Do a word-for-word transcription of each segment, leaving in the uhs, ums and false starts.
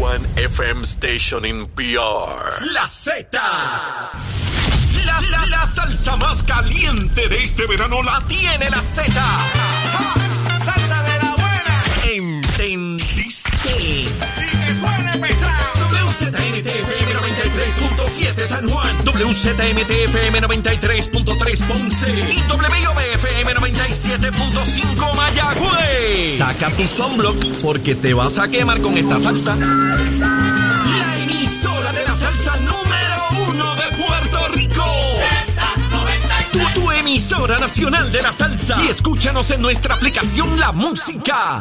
one F M station in P R. La Z. La, la, la salsa más caliente de este verano la tiene la Z. ¡Ja! Salsa de la buena. ¿Entendiste? Y que suene pesado. W Z M T F M noventa y tres punto siete San Juan, W Z M T F M noventa y tres punto tres Ponce y W I O B F M noventa y siete punto cinco Mayagüez. Saca tu sunblock porque te vas a quemar con esta salsa. La emisora de la salsa número uno de Puerto Rico. Tu, tu emisora nacional de la salsa. Y escúchanos en nuestra aplicación La Música.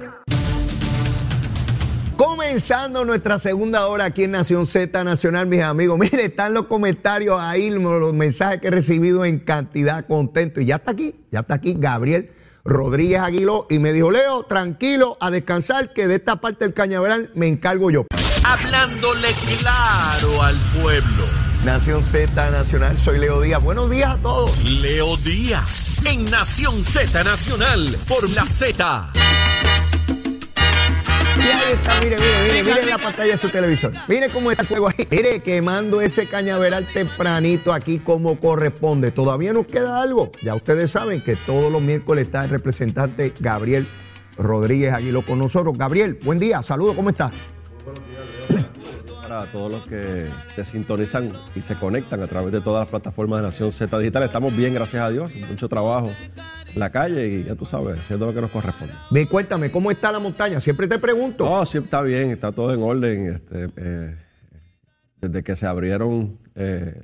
Comenzando nuestra segunda hora aquí en Nación Z Nacional, mis amigos. Mire, están los comentarios ahí, los mensajes que he recibido en cantidad, contento. Y ya está aquí, ya está aquí Gabriel Rodríguez Aguiló. Y me dijo, Leo, tranquilo, a descansar, que de esta parte del cañaveral me encargo yo. Hablándole claro al pueblo. Nación Z Nacional, soy Leo Díaz. Buenos días a todos. Leo Díaz, en Nación Z Nacional, por la Z. Y ahí está, mire, mire, mire, mire en la pantalla de su televisor. Mire cómo está el fuego ahí. Mire, quemando ese cañaveral tempranito aquí como corresponde. Todavía nos queda algo. Ya ustedes saben que todos los miércoles está el representante Gabriel Rodríguez Aguiló con nosotros. Gabriel, buen día, saludos, ¿cómo estás? Buenos días, Leo. Para todos los que te sintonizan y se conectan a través de todas las plataformas de Nación Z Digital. Estamos bien, gracias a Dios, mucho trabajo en la calle y ya tú sabes, haciendo lo que nos corresponde. Ve, cuéntame, ¿cómo está la montaña? Siempre te pregunto. No, sí está bien, está todo en orden. Este, eh, desde que se abrieron eh,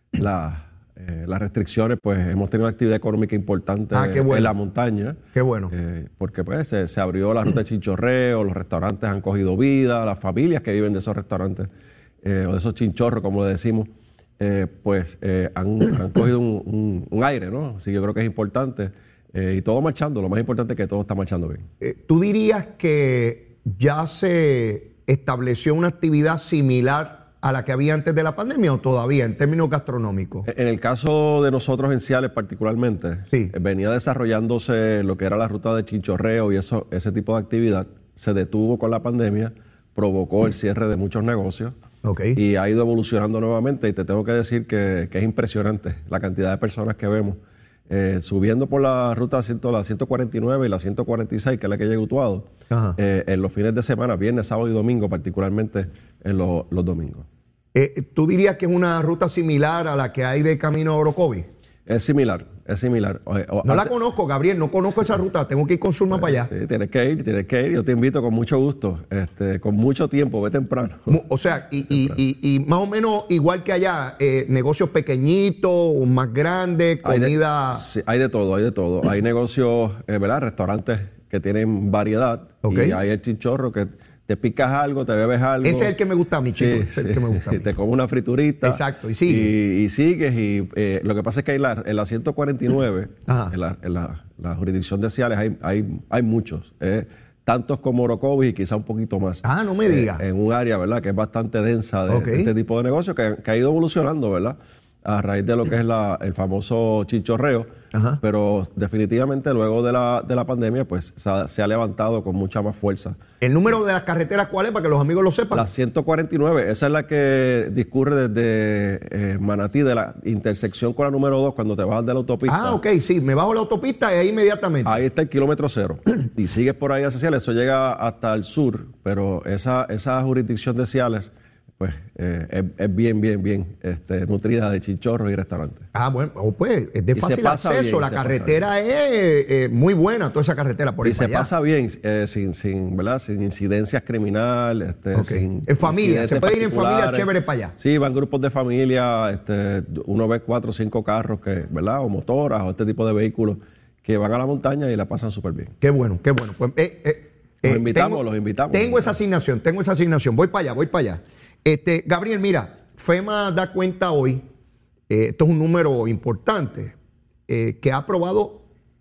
la, eh, las restricciones, pues hemos tenido una actividad económica importante ah, qué bueno. en la montaña. Qué bueno. Eh, porque pues se, se abrió la ruta de chinchorreo, los restaurantes han cogido vida, las familias que viven de esos restaurantes eh, o de esos chinchorros, como le decimos, eh, pues eh, han, han cogido un, un, un aire, ¿no? Así que yo creo que es importante. Eh, y todo marchando, lo más importante es que todo está marchando bien. Eh, ¿Tú dirías que ya se estableció una actividad similar a la que había antes de la pandemia o todavía en términos gastronómicos? En el caso de nosotros en Ciales particularmente, sí. eh, venía desarrollándose lo que era la ruta de chinchorreo y eso, ese tipo de actividad. Se detuvo con la pandemia, provocó el cierre de muchos negocios okay. y ha ido evolucionando nuevamente. Y te tengo que decir que, que es impresionante la cantidad de personas que vemos Eh, subiendo por la ruta ciento, la ciento cuarenta y nueve y la ciento cuarenta y seis, que es la que llega a Utuado, eh, en los fines de semana, viernes, sábado y domingo, particularmente en lo, los domingos. Eh, ¿Tú dirías que es una ruta similar a la que hay de camino a Orocovi? Es similar, es similar. O, o, no antes, la conozco, Gabriel, no conozco esa ruta, tengo que ir con Zulma eh, para allá. Sí, tienes que ir, tienes que ir, yo te invito con mucho gusto, este, con mucho tiempo, ve temprano. O sea, y, y, y, y más o menos igual que allá, eh, negocios pequeñitos, más grandes, comida... Hay de, sí, hay de todo, hay de todo. Hay negocios, eh, ¿verdad? Restaurantes que tienen variedad, okay. Y hay el chinchorro que... Te picas algo, te bebes algo. Ese es el que me gusta a mí, chico. Sí, Ese es sí. el que me gusta a mí. Te comes una friturita. Exacto, y sigues. Y, y sigues. Y eh, lo que pasa es que hay la, en la ciento cuarenta y nueve, en, la, en la, la jurisdicción de Ciales, hay, hay, hay muchos. Eh, tantos como Orocovis y quizá un poquito más. Ah, no me digas. Eh, en un área, ¿verdad?, que es bastante densa de, okay. de este tipo de negocios, que, que ha ido evolucionando, ¿verdad?, a raíz de lo que es la, el famoso chinchorreo. Ajá. Pero definitivamente luego de la, de la pandemia pues se ha, se ha levantado con mucha más fuerza. ¿El número de las carreteras cuál es para que los amigos lo sepan? La ciento cuarenta y nueve, esa es la que discurre desde eh, Manatí, de la intersección con la número dos, cuando te bajas de la autopista. Ah, ok, sí, me bajo la autopista y ahí inmediatamente. Ahí está el kilómetro cero. Y sigues por ahí hacia Ciales, eso llega hasta el sur, pero esa, esa jurisdicción de Ciales pues eh, es, es bien, bien, bien este, nutrida de chinchorros y restaurantes. Ah, bueno, pues es de y fácil acceso. Bien, la carretera es eh, muy buena, toda esa carretera por ahí y para se allá. pasa bien, eh, sin, sin, ¿verdad? Sin incidencias criminales. Este, okay. sin en familia, se puede ir en familia chévere para allá. Sí, van grupos de familia, este, uno ve cuatro o cinco carros, que, ¿verdad? O motoras o este tipo de vehículos que van a la montaña y la pasan súper bien. Qué bueno, qué bueno. Pues, eh, eh, los eh, invitamos, tengo, los invitamos. Tengo esa asignación, tengo esa asignación. Voy para allá, voy para allá. Este, Gabriel, mira, FEMA da cuenta hoy, eh, esto es un número importante, eh, que ha aprobado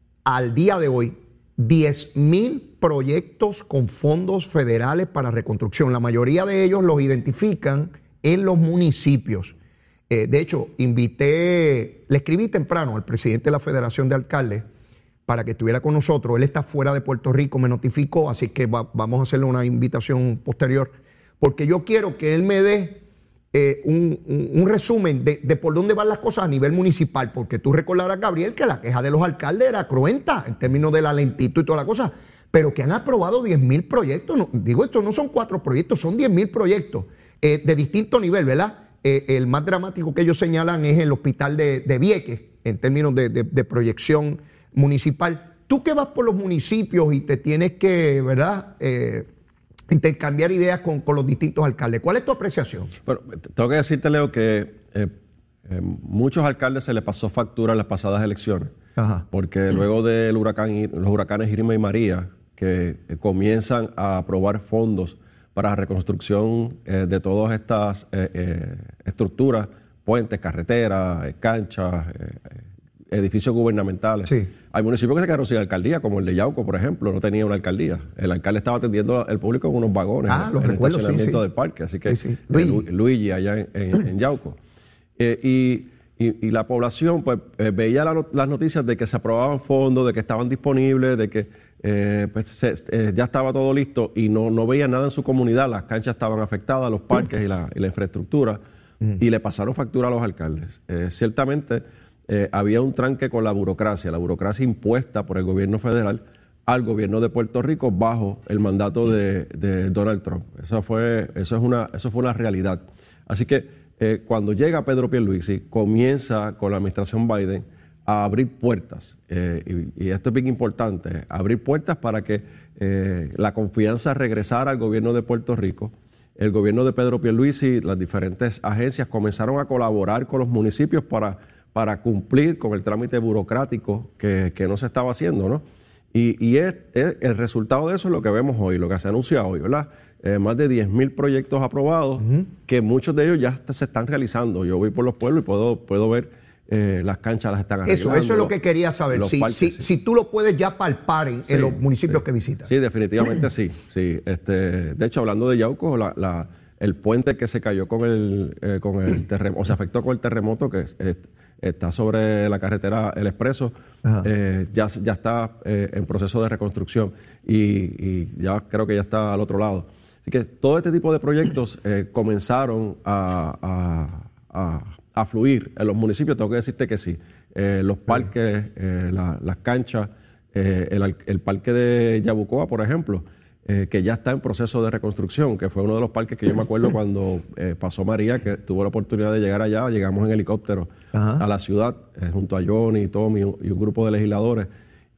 al día de hoy diez mil proyectos con fondos federales para reconstrucción. La mayoría de ellos los identifican en los municipios. Eh, de hecho, invité, le escribí temprano al presidente de la Federación de Alcaldes para que estuviera con nosotros. Él está fuera de Puerto Rico, me notificó, así que va, vamos a hacerle una invitación posterior porque yo quiero que él me dé eh, un, un, un resumen de, de por dónde van las cosas a nivel municipal, porque tú recordarás, Gabriel, que la queja de los alcaldes era cruenta en términos de la lentitud y toda la cosa, pero que han aprobado diez mil proyectos. No, digo, esto no son cuatro proyectos, son diez mil proyectos eh, de distinto nivel, ¿verdad? Eh, el más dramático que ellos señalan es el hospital de, de Vieques, en términos de, de, de proyección municipal. Tú que vas por los municipios y te tienes que, ¿verdad?, eh, intercambiar ideas con, con los distintos alcaldes. ¿Cuál es tu apreciación? Bueno, tengo que decirte, Leo, que eh, eh, muchos alcaldes se les pasó factura en las pasadas elecciones. Ajá. Porque luego de huracán, los huracanes Irma y María, que eh, comienzan a aprobar fondos para la reconstrucción eh, de todas estas eh, eh, estructuras, puentes, carreteras, eh, canchas, eh, edificios gubernamentales. Sí. Hay municipios que se quedaron sin alcaldía, como el de Yauco, por ejemplo, no tenía una alcaldía. El alcalde estaba atendiendo al público con unos vagones ah, en, en el estacionamiento sí, sí. del parque. Así que sí, sí. Luigi. Eh, Luigi allá en, en, en Yauco. Eh, y, y, y la población pues eh, veía la, las noticias de que se aprobaban fondos, de que estaban disponibles, de que eh, pues, se, eh, ya estaba todo listo y no, no veía nada en su comunidad. Las canchas estaban afectadas, los parques y la, y la infraestructura. Mm. Y le pasaron factura a los alcaldes. Eh, ciertamente... Eh, había un tranque con la burocracia, la burocracia impuesta por el gobierno federal al gobierno de Puerto Rico bajo el mandato de, de Donald Trump. Eso fue, eso, es una, eso fue una realidad. Así que eh, cuando llega Pedro Pierluisi, comienza con la administración Biden a abrir puertas, eh, y, y esto es bien importante, abrir puertas para que eh, la confianza regresara al gobierno de Puerto Rico. El gobierno de Pedro Pierluisi, las diferentes agencias comenzaron a colaborar con los municipios para para cumplir con el trámite burocrático que, que no se estaba haciendo, ¿no? Y, y es, es, el resultado de eso es lo que vemos hoy, lo que se anuncia hoy, ¿verdad? Eh, más de diez mil proyectos aprobados, uh-huh. que muchos de ellos ya se están realizando. Yo voy por los pueblos y puedo, puedo ver eh, las canchas las están arreglando. Eso, eso es lo que quería saber, si, parques, si, sí. si tú lo puedes ya palpar en, sí, en los municipios sí. que visitas. Sí, definitivamente sí. sí. Este, de hecho, hablando de Yauco, la... la el puente que se cayó con el, eh, con el terremoto, o se afectó con el terremoto, que es, es, está sobre la carretera El Expreso, eh, ya, ya está eh, en proceso de reconstrucción y, y ya creo que ya está al otro lado. Así que todo este tipo de proyectos eh, comenzaron a, a, a, a fluir en los municipios. Tengo que decirte que sí. Eh, los parques, eh, la, las canchas, eh, el, el parque de Yabucoa, por ejemplo, Eh, que ya está en proceso de reconstrucción, que fue uno de los parques que yo me acuerdo cuando eh, pasó María, que tuvo la oportunidad de llegar allá, llegamos en helicóptero Ajá. a la ciudad, eh, junto a Johnny, Tommy y un grupo de legisladores,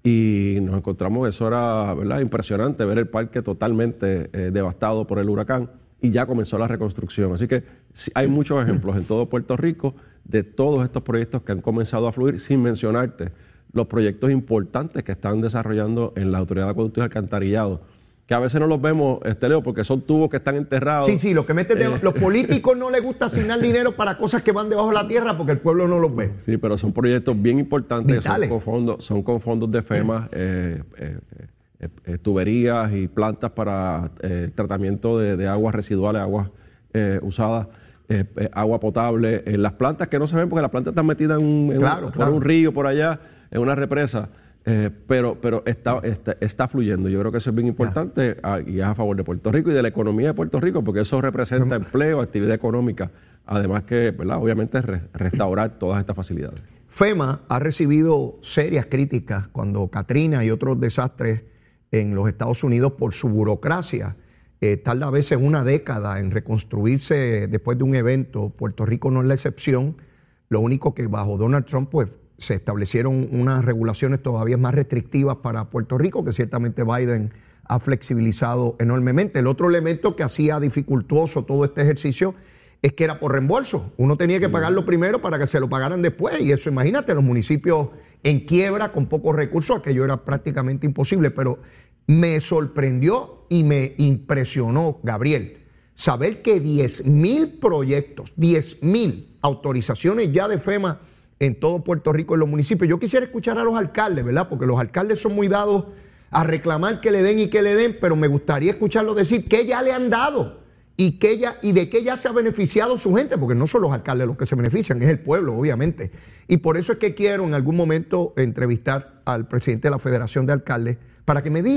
y nos encontramos, eso era, ¿verdad?, impresionante, ver el parque totalmente eh, devastado por el huracán, y ya comenzó la reconstrucción. Así que sí, hay muchos ejemplos en todo Puerto Rico de todos estos proyectos que han comenzado a fluir, sin mencionarte los proyectos importantes que están desarrollando en la Autoridad de Acueductos y Alcantarillado, que a veces no los vemos, este, Leo, porque son tubos que están enterrados. Sí, sí, lo que meten eh. los políticos no les gusta asignar dinero para cosas que van debajo de la tierra porque el pueblo no los ve. Sí, pero son proyectos bien importantes, son con, fondos, son con fondos de FEMA, eh, eh, eh, eh, tuberías y plantas para eh, tratamiento de, de aguas residuales, aguas eh, usadas, eh, eh, agua potable, en las plantas que no se ven porque las plantas están metidas en un, en claro, un, claro. por un río por allá, en una represa. Eh, pero pero está, está, está fluyendo. Yo creo que eso es bien importante a, y es a favor de Puerto Rico y de la economía de Puerto Rico, porque eso representa empleo, actividad económica, además que, ¿verdad?, obviamente re, restaurar todas estas facilidades. FEMA ha recibido serias críticas cuando Katrina y otros desastres en los Estados Unidos por su burocracia. Eh, tarda a veces una década en reconstruirse después de un evento. Puerto Rico no es la excepción. Lo único que bajo Donald Trump, pues, se establecieron unas regulaciones todavía más restrictivas para Puerto Rico, que ciertamente Biden ha flexibilizado enormemente. El otro elemento que hacía dificultoso todo este ejercicio es que era por reembolso. Uno tenía que pagarlo primero para que se lo pagaran después. Y eso, imagínate, los municipios en quiebra, con pocos recursos, aquello era prácticamente imposible. Pero me sorprendió y me impresionó, Gabriel, saber que diez mil proyectos, diez mil autorizaciones ya de FEMA en todo Puerto Rico, en los municipios. Yo quisiera escuchar a los alcaldes, ¿verdad? Porque los alcaldes son muy dados a reclamar que le den y que le den, pero me gustaría escucharlos decir qué ya le han dado y, qué ya, y de qué ya se ha beneficiado su gente, porque no son los alcaldes los que se benefician, es el pueblo, obviamente. Y por eso es que quiero en algún momento entrevistar al presidente de la Federación de Alcaldes para que me diga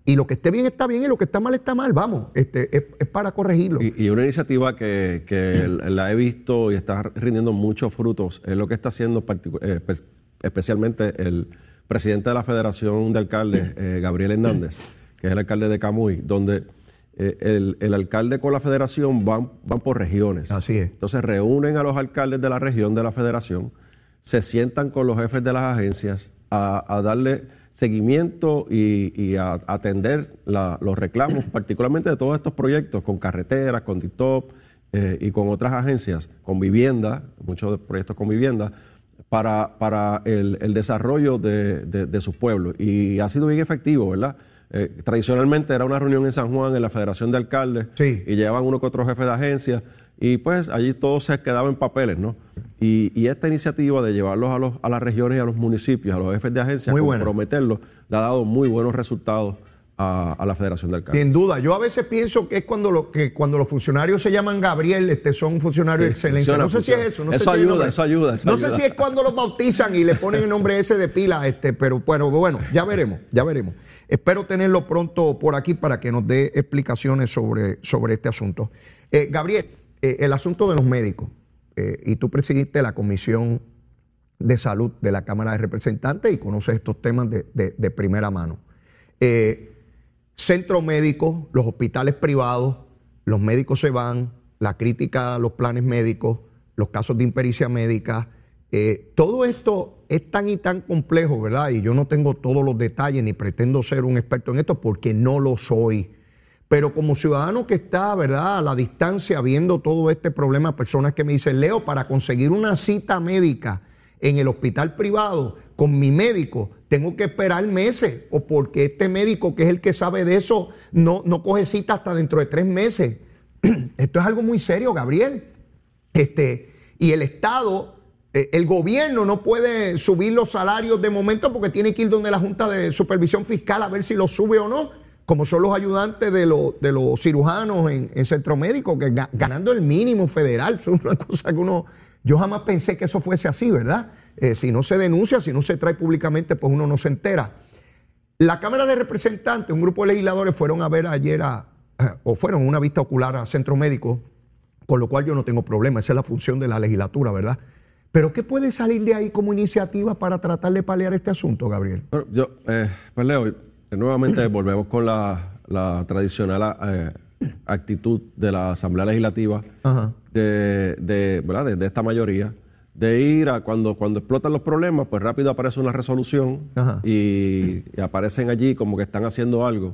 Y lo que esté bien está bien y lo que está mal está mal, vamos, este, es, es para corregirlo. Y, y una iniciativa que, que la he visto y está rindiendo muchos frutos es lo que está haciendo eh, especialmente el presidente de la Federación de Alcaldes, eh, Gabriel Hernández, que es el alcalde de Camuy, donde eh, el, el alcalde con la federación van, van por regiones. Así es. Entonces reúnen a los alcaldes de la región de la federación, se sientan con los jefes de las agencias a, a darle seguimiento y, y a, a atender la, los reclamos, particularmente de todos estos proyectos, con carreteras, con D I T O P eh, y con otras agencias, con vivienda, muchos proyectos con vivienda, para, para el, el desarrollo de, de, de sus pueblos. Y ha sido bien efectivo, ¿verdad? Eh, tradicionalmente era una reunión en San Juan, en la Federación de Alcaldes, sí. y llevaban uno que otro jefe de agencia, y pues allí todo se quedaba en papeles, ¿no? Y, y esta iniciativa de llevarlos a, los, a las regiones y a los municipios, a los jefes de agencia, comprometerlos, le ha dado muy buenos resultados a, a la Federación de Alcaldes. Sin duda. Yo a veces pienso que es cuando, lo, que cuando los funcionarios se llaman Gabriel, este, son funcionarios sí, de excelencia. Funciona, no sé funciona. si es eso. No eso, sé ayuda, si eso ayuda, eso No ayuda. sé si es cuando los bautizan y le ponen el nombre ese de pila, este, pero bueno, bueno, ya veremos, ya veremos. Espero tenerlo pronto por aquí para que nos dé explicaciones sobre, sobre este asunto. Eh, Gabriel, eh, el asunto de los médicos, eh, y tú presidiste la Comisión de Salud de la Cámara de Representantes y conoces estos temas de, de, de primera mano. Eh, Centros médicos, los hospitales privados, los médicos se van, la crítica a los planes médicos, los casos de impericia médica, eh, todo esto es tan y tan complejo, ¿verdad? Y yo no tengo todos los detalles ni pretendo ser un experto en esto porque no lo soy. Pero como ciudadano que está, ¿verdad?, a la distancia viendo todo este problema, personas que me dicen, Leo, para conseguir una cita médica en el hospital privado con mi médico, tengo que esperar meses, o porque este médico, que es el que sabe de eso, no, no coge cita hasta dentro de tres meses. Esto es algo muy serio, Gabriel. Este, y el Estado, eh, el gobierno no puede subir los salarios de momento porque tiene que ir donde la Junta de Supervisión Fiscal a ver si los sube o no, como son los ayudantes de, lo, de los cirujanos en, en centro médico, que ga, ganando el mínimo federal. Es una cosa que uno... Yo jamás pensé que eso fuese así, ¿verdad? Eh, si no se denuncia, si no se trae públicamente, pues uno no se entera. La Cámara de Representantes, un grupo de legisladores fueron a ver ayer, a, o fueron a una vista ocular a centro médico, con lo cual yo no tengo problema, esa es la función de la legislatura, ¿verdad? Pero ¿qué puede salir de ahí como iniciativa para tratar de paliar este asunto, Gabriel? Bueno, yo, eh, pues Leo, nuevamente volvemos con la, la tradicional eh, actitud de la Asamblea Legislativa, Ajá. de, de, ¿verdad? De, de esta mayoría, de ir a cuando, cuando explotan los problemas, pues rápido aparece una resolución y, y aparecen allí como que están haciendo algo.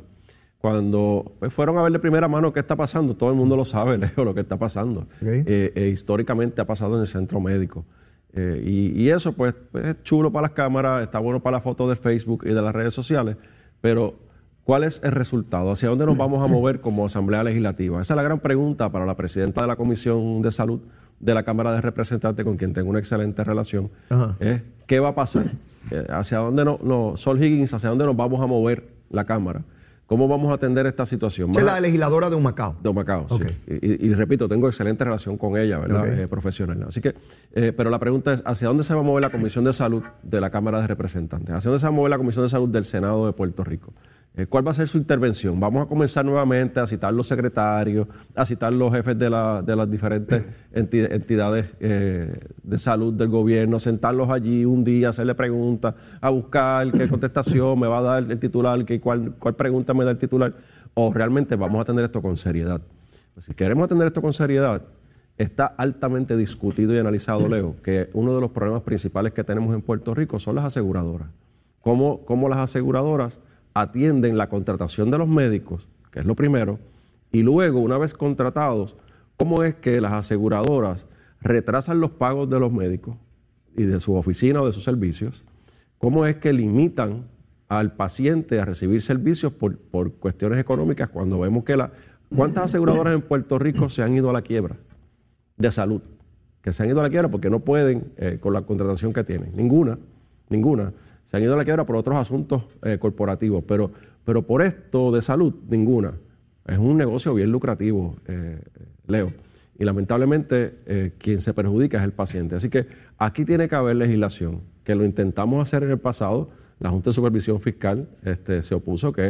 Cuando pues, fueron a ver de primera mano qué está pasando, todo el mundo lo sabe, Leo, lo que está pasando. Okay. Eh, eh, históricamente ha pasado en el centro médico. Eh, y, y eso pues, pues es chulo para las cámaras, está bueno para la foto de Facebook y de las redes sociales, pero ¿cuál es el resultado? ¿Hacia dónde nos vamos a mover como Asamblea Legislativa? Esa es la gran pregunta para la presidenta de la Comisión de Salud de la Cámara de Representantes, con quien tengo una excelente relación. Ajá. Es ¿qué va a pasar? ¿Hacia dónde no, no, Sol Higgins, hacia dónde nos vamos a mover la Cámara? ¿Cómo vamos a atender esta situación? Esa es la legisladora de Humacao. De Humacao, okay. sí. Y, y, y repito, tengo excelente relación con ella, ¿verdad? Okay. Eh, profesional. Así que, eh, pero la pregunta es, ¿hacia dónde se va a mover la Comisión de Salud de la Cámara de Representantes? ¿Hacia dónde se va a mover la Comisión de Salud del Senado de Puerto Rico? Eh, ¿Cuál va a ser su intervención? Vamos a comenzar nuevamente a citar los secretarios, a citar los jefes de, la, de las diferentes enti entidades eh, de salud del gobierno, sentarlos allí un día, hacerle preguntas, a buscar qué contestación me va a dar el titular, qué, cuál, cuál pregunta me da el titular, o realmente vamos a atender esto con seriedad. Pues si queremos atender esto con seriedad, está altamente discutido y analizado, Leo, que uno de los problemas principales que tenemos en Puerto Rico son las aseguradoras. ¿Cómo, cómo las aseguradoras atienden la contratación de los médicos, que es lo primero, y luego, una vez contratados, cómo es que las aseguradoras retrasan los pagos de los médicos y de su oficina o de sus servicios? ¿Cómo es que limitan al paciente a recibir servicios por, por cuestiones económicas cuando vemos que la... ¿Cuántas aseguradoras en Puerto Rico se han ido a la quiebra de salud? Que se han ido a la quiebra porque no pueden eh, con la contratación que tienen. Ninguna, ninguna. Se han ido a la quiebra por otros asuntos eh, corporativos, pero, pero por esto de salud, ninguna. Es un negocio bien lucrativo, eh, Leo, y lamentablemente eh, quien se perjudica es el paciente. Así que aquí tiene que haber legislación, que lo intentamos hacer en el pasado. La Junta de Supervisión Fiscal este, se opuso, que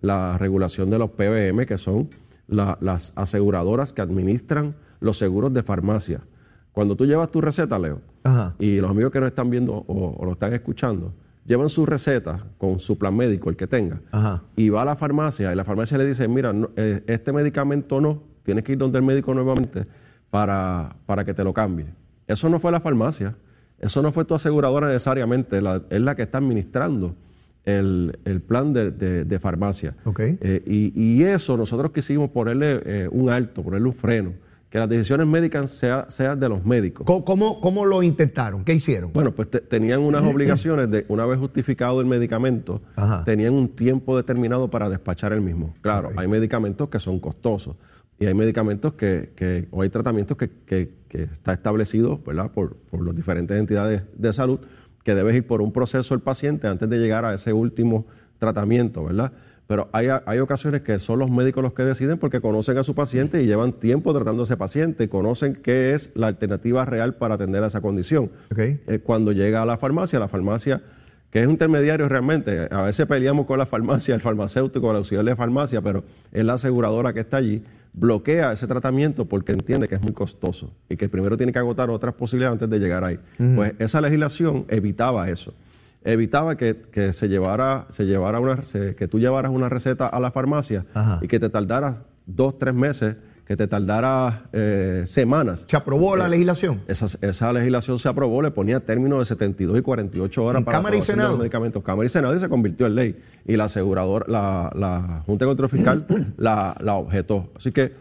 la regulación de los P B M, que son la, las aseguradoras que administran los seguros de farmacia. Cuando tú llevas tu receta, Leo, Ajá. y los amigos que nos están viendo o, o lo están escuchando, llevan su receta con su plan médico, el que tenga, Ajá. y va a la farmacia y la farmacia le dice, mira, no, eh, este medicamento no, tienes que ir donde el médico nuevamente para, para que te lo cambie. Eso no fue la farmacia, eso no fue tu aseguradora necesariamente, la, es la que está administrando el, el plan de, de, de farmacia. Okay. Eh, y, y eso nosotros quisimos ponerle eh, un alto, ponerle un freno, que las decisiones médicas sean sea de los médicos. ¿Cómo, cómo lo intentaron? ¿Qué hicieron? Bueno, pues te, tenían unas obligaciones de, una vez justificado el medicamento, Ajá. tenían un tiempo determinado para despachar el mismo. Claro, okay. hay medicamentos que son costosos y hay medicamentos que, que o hay tratamientos que, que, que está establecido, ¿verdad?, por, por las diferentes entidades de salud, que debes ir por un proceso el paciente antes de llegar a ese último tratamiento, ¿verdad? Pero hay, hay ocasiones que son los médicos los que deciden porque conocen a su paciente y llevan tiempo tratando a ese paciente y conocen qué es la alternativa real para atender a esa condición. Okay. Eh, cuando llega a la farmacia, la farmacia, que es un intermediario realmente, a veces peleamos con la farmacia, el farmacéutico, el auxiliar de farmacia, pero es la aseguradora que está allí, bloquea ese tratamiento porque entiende que es muy costoso y que primero tiene que agotar otras posibilidades antes de llegar ahí. Uh-huh. Pues esa legislación evitaba eso. Evitaba que, que se llevara, se llevara una, se, que tú llevaras una receta a la farmacia Ajá. y que te tardaras dos, tres meses, que te tardara eh, semanas. ¿Se aprobó eh, la legislación? Esa, esa legislación se aprobó, le ponía términos de setenta y dos y cuarenta y ocho horas ¿En para Cámara y Senado? Los medicamentos. Cámara y Senado y se convirtió en ley. Y la aseguradora, la, la Junta de Control Fiscal la, la objetó. Así que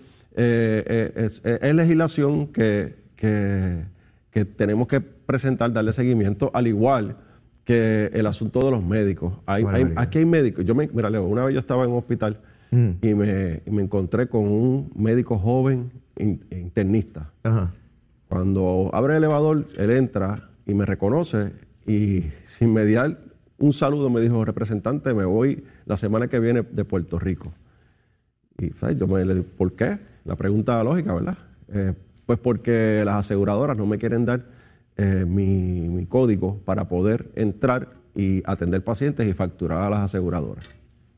eh, es, es legislación que, que, que tenemos que presentar, darle seguimiento, al igual que el asunto de los médicos. Hay, hay, aquí hay médicos. Yo me, mira, Leo, una vez yo estaba en un hospital mm. y, me, y me encontré con un médico joven in, internista. Ajá. Cuando abre el elevador, él entra y me reconoce y sin mediar un saludo me dijo, representante, me voy la semana que viene de Puerto Rico. Y ¿sabes? Yo me le digo, ¿por qué? La pregunta lógica, ¿verdad? Eh, pues porque las aseguradoras no me quieren dar Eh, mi, mi código para poder entrar y atender pacientes y facturar a las aseguradoras.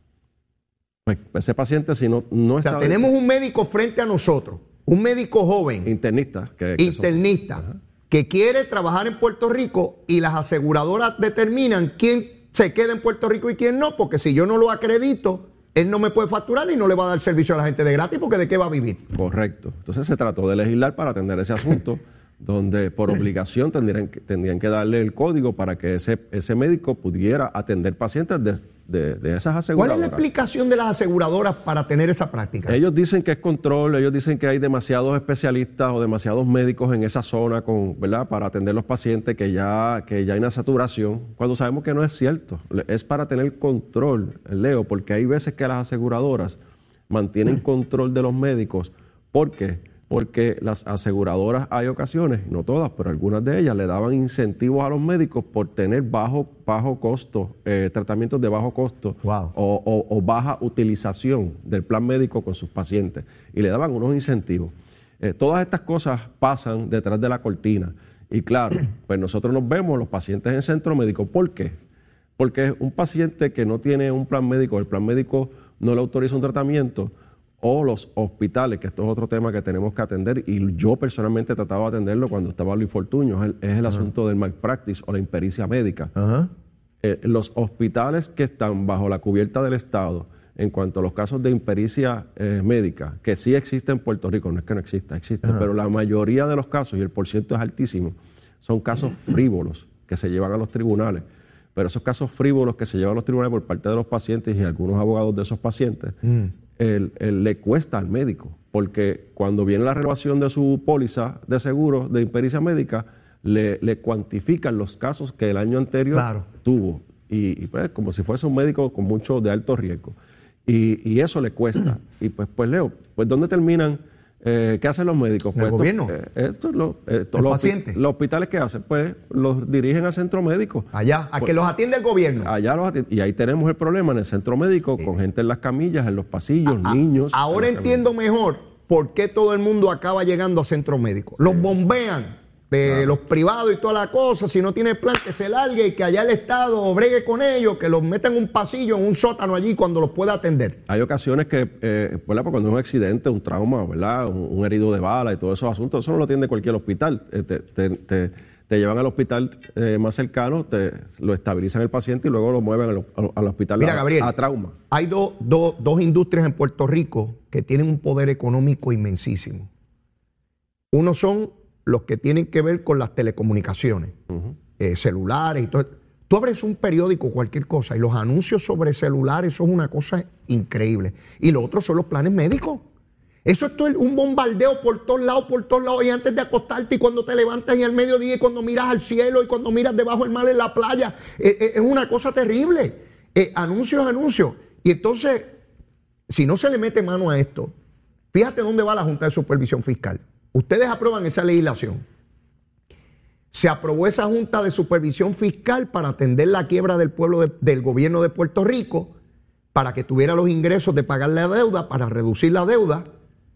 Pues ese paciente, si no, no está... O sea, tenemos un médico frente a nosotros, un médico joven. Internista. Que, que internista, son... que quiere trabajar en Puerto Rico y las aseguradoras determinan quién se queda en Puerto Rico y quién no, porque si yo no lo acredito, él no me puede facturar y no le va a dar servicio a la gente de gratis, porque ¿de qué va a vivir? Correcto. Entonces se trató de legislar para atender ese asunto. Donde por obligación tendrían que, tendrían que darle el código para que ese, ese médico pudiera atender pacientes de, de, de esas aseguradoras. ¿Cuál es la explicación de las aseguradoras para tener esa práctica? Ellos dicen que es control, ellos dicen que hay demasiados especialistas o demasiados médicos en esa zona con, ¿verdad?, para atender los pacientes, que ya, que ya hay una saturación, cuando sabemos que no es cierto. Es para tener control, Leo, porque hay veces que las aseguradoras mantienen control de los médicos. ¿Por qué? Porque las aseguradoras, hay ocasiones, no todas, pero algunas de ellas, le daban incentivos a los médicos por tener bajo, bajo costo, eh, tratamientos de bajo costo wow. o, o, o baja utilización del plan médico con sus pacientes. Y le daban unos incentivos. Eh, todas estas cosas pasan detrás de la cortina. Y claro, pues nosotros nos vemos los pacientes en el centro médico. ¿Por qué? Porque un paciente que no tiene un plan médico, el plan médico no le autoriza un tratamiento, o los hospitales, que esto es otro tema que tenemos que atender, y yo personalmente trataba de atenderlo cuando estaba Luis Fortuño, es el, es el asunto del malpractice o la impericia médica. Ajá. Eh, los hospitales que están bajo la cubierta del Estado, en cuanto a los casos de impericia eh, médica, que sí existe en Puerto Rico, no es que no exista, existe, Ajá. pero la mayoría de los casos, y el porciento es altísimo, son casos frívolos que se llevan a los tribunales. Pero esos casos frívolos que se llevan a los tribunales por parte de los pacientes y algunos abogados de esos pacientes, mm. el, el, le cuesta al médico, porque cuando viene la renovación de su póliza de seguro de impericia médica, le, le cuantifican los casos que el año anterior claro. tuvo. Y, y pues como si fuese un médico con mucho de alto riesgo. Y, y eso le cuesta. Y pues, pues Leo, pues ¿dónde terminan? Eh, ¿Qué hacen los médicos? Pues ¿El gobierno? Eh, esto, lo, esto, ¿El los, paciente? Los hospitales, ¿qué hacen? Pues los dirigen al centro médico. Allá, a pues, que los atiende el gobierno. Allá los atiende. Y ahí tenemos el problema en el centro médico, sí. con gente en las camillas, en los pasillos, a, niños. Ahora entiendo camillas. Mejor por qué todo el mundo acaba llegando a centro médico. Los sí. bombean de Claro. los privados y toda la cosa, si no tiene plan, que se largue y que allá el Estado bregue con ellos, que los meta en un pasillo, en un sótano allí cuando los pueda atender. Hay ocasiones que, eh, ¿verdad? Porque cuando es un accidente, un trauma, ¿verdad? Un, un herido de bala y todos esos asuntos, eso no lo atiende cualquier hospital. Eh, te, te, te, te llevan al hospital eh, más cercano, te, lo estabilizan el paciente y luego lo mueven al, al- al hospital Mira, a, Gabriel, a trauma. Hay do- do- dos industrias en Puerto Rico que tienen un poder económico inmensísimo. Uno son los que tienen que ver con las telecomunicaciones, Uh-huh. eh, celulares y todo. Tú abres un periódico, cualquier cosa, y los anuncios sobre celulares son una cosa increíble. Y lo otro son los planes médicos. Eso es todo el- un bombardeo por todos lados, por todos lados, y antes de acostarte y cuando te levantas y al mediodía y cuando miras al cielo y cuando miras debajo del mar en la playa. Eh, eh, es una cosa terrible. Eh, anuncios, anuncios. Y entonces, si no se le mete mano a esto, fíjate dónde va la Junta de Supervisión Fiscal. Ustedes aprueban esa legislación. Se aprobó esa Junta de Supervisión Fiscal para atender la quiebra del pueblo de- del gobierno de Puerto Rico, para que tuviera los ingresos de pagar la deuda, para reducir la deuda,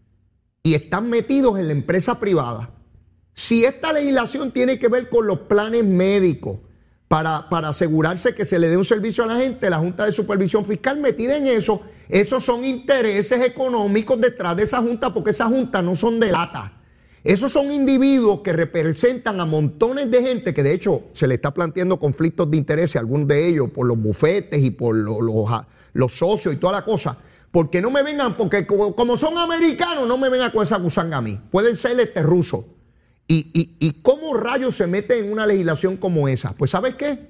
y están metidos en la empresa privada. Si esta legislación tiene que ver con los planes médicos, para, para asegurarse que se le dé un servicio a la gente, la Junta de Supervisión Fiscal metida en eso, esos son intereses económicos detrás de esa Junta, porque esa Junta no son de lata. Esos son individuos que representan a montones de gente que de hecho se le está planteando conflictos de interés a algunos de ellos por los bufetes y por los, los, los socios y toda la cosa. Porque no me vengan, porque como, como son americanos, no me vengan con esa gusanga a mí. Pueden ser este ruso. ¿Y, y, y cómo rayos se mete en una legislación como esa? Pues ¿sabes qué?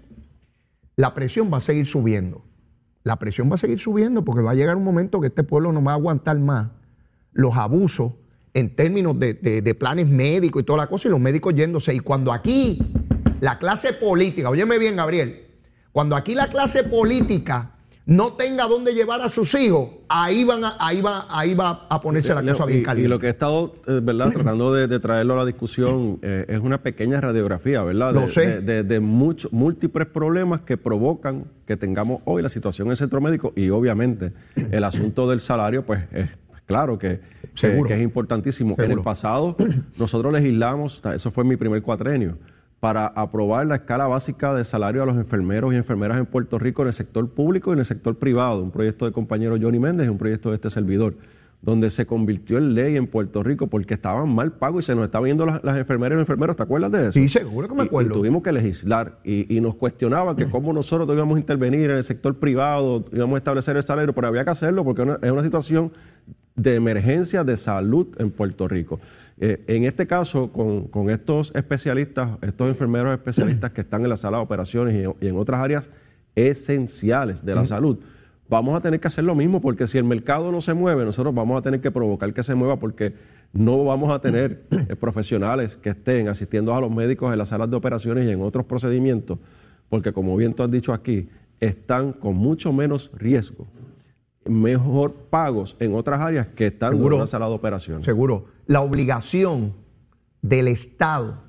La presión va a seguir subiendo. La presión va a seguir subiendo porque va a llegar un momento que este pueblo no va a aguantar más los abusos en términos de, de, de planes médicos y toda la cosa, y los médicos yéndose. Y cuando aquí la clase política, óyeme bien, Gabriel, cuando aquí la clase política no tenga dónde llevar a sus hijos, ahí, van a, ahí, va, ahí va a ponerse la Leo, cosa bien y, caliente. y lo que he estado, eh, ¿verdad?, tratando de, de traerlo a la discusión eh, es una pequeña radiografía, ¿verdad? Lo De, sé. de, de, de muchos, múltiples problemas que provocan que tengamos hoy la situación en el centro médico, y obviamente el asunto del salario, pues es claro que, que, Seguro. que es importantísimo. Seguro. En el pasado nosotros legislamos, eso fue mi primer cuatrenio, para aprobar la escala básica de salario a los enfermeros y enfermeras en Puerto Rico en el sector público y en el sector privado, un proyecto del compañero Johnny Méndez y un proyecto de este servidor, donde se convirtió en ley en Puerto Rico porque estaban mal pagos y se nos estaban viendo las, las enfermeras y los enfermeros. ¿Te acuerdas de eso? Sí, seguro que me Y- acuerdo. Y, tuvimos que legislar y, y nos cuestionaban que cómo nosotros íbamos a intervenir en el sector privado, íbamos a establecer el salario, pero había que hacerlo porque una- es una situación de emergencia de salud en Puerto Rico. Eh, en este caso, con, con estos especialistas, estos enfermeros especialistas que están en la sala de operaciones y en, y en otras áreas esenciales de la salud, vamos a tener que hacer lo mismo, porque si el mercado no se mueve, nosotros vamos a tener que provocar que se mueva, porque no vamos a tener eh, profesionales que estén asistiendo a los médicos en las salas de operaciones y en otros procedimientos, porque como bien tú has dicho aquí, están con mucho menos riesgo, mejor pagos en otras áreas que están en Seguro. una sala de operaciones. Seguro. La obligación del Estado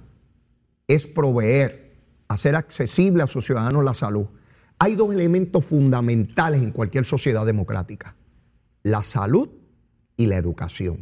es proveer, hacer accesible a sus ciudadanos la salud. Hay dos elementos fundamentales en cualquier sociedad democrática: la salud y la educación.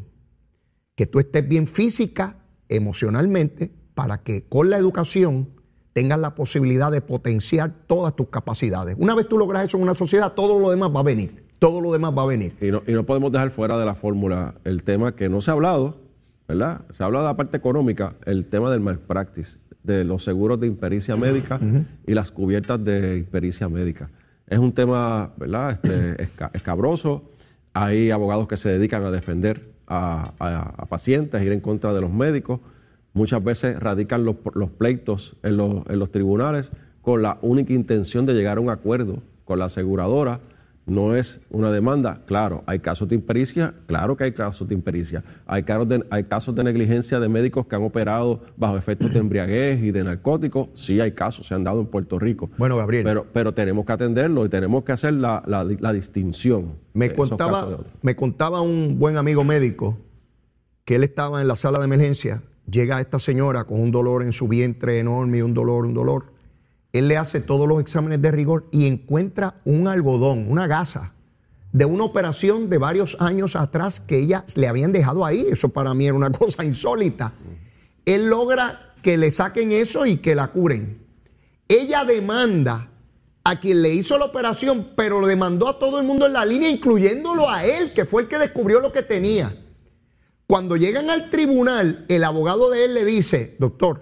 Que tú estés bien física, emocionalmente, para que con la educación tengas la posibilidad de potenciar todas tus capacidades. Una vez tú logras eso en una sociedad, todo lo demás va a venir. Todo lo demás va a venir. Y no, y no podemos dejar fuera de la fórmula el tema que no se ha hablado, ¿verdad? Se habla de la parte económica, el tema del malpractice, de los seguros de impericia médica y las cubiertas de impericia médica. Es un tema, ¿verdad?, este, esca- escabroso. Hay abogados que se dedican a defender a, a- a pacientes, a ir en contra de los médicos. Muchas veces radican los, los pleitos en los, en los tribunales con la única intención de llegar a un acuerdo con la aseguradora. No es una demanda. Claro, hay casos de impericia, claro que hay casos de impericia. Hay casos de, hay casos de negligencia de médicos que han operado bajo efectos de embriaguez y de narcóticos. Sí hay casos, se han dado en Puerto Rico. Bueno, Gabriel. Pero, pero tenemos que atenderlo y tenemos que hacer la, la, la distinción. Me de esos casos de contaba, otros. me contaba un buen amigo médico que él estaba en la sala de emergencia. Llega esta señora con un dolor en su vientre enorme y un dolor, un dolor. Él le hace todos los exámenes de rigor y encuentra un algodón, una gasa, de una operación de varios años atrás que ella le habían dejado ahí. Eso para mí era una cosa insólita. Él logra que le saquen eso y que la curen. Ella demanda a quien le hizo la operación, pero lo demandó a todo el mundo en la línea, incluyéndolo a él, que fue el que descubrió lo que tenía. Cuando llegan al tribunal, el abogado de él le dice, doctor,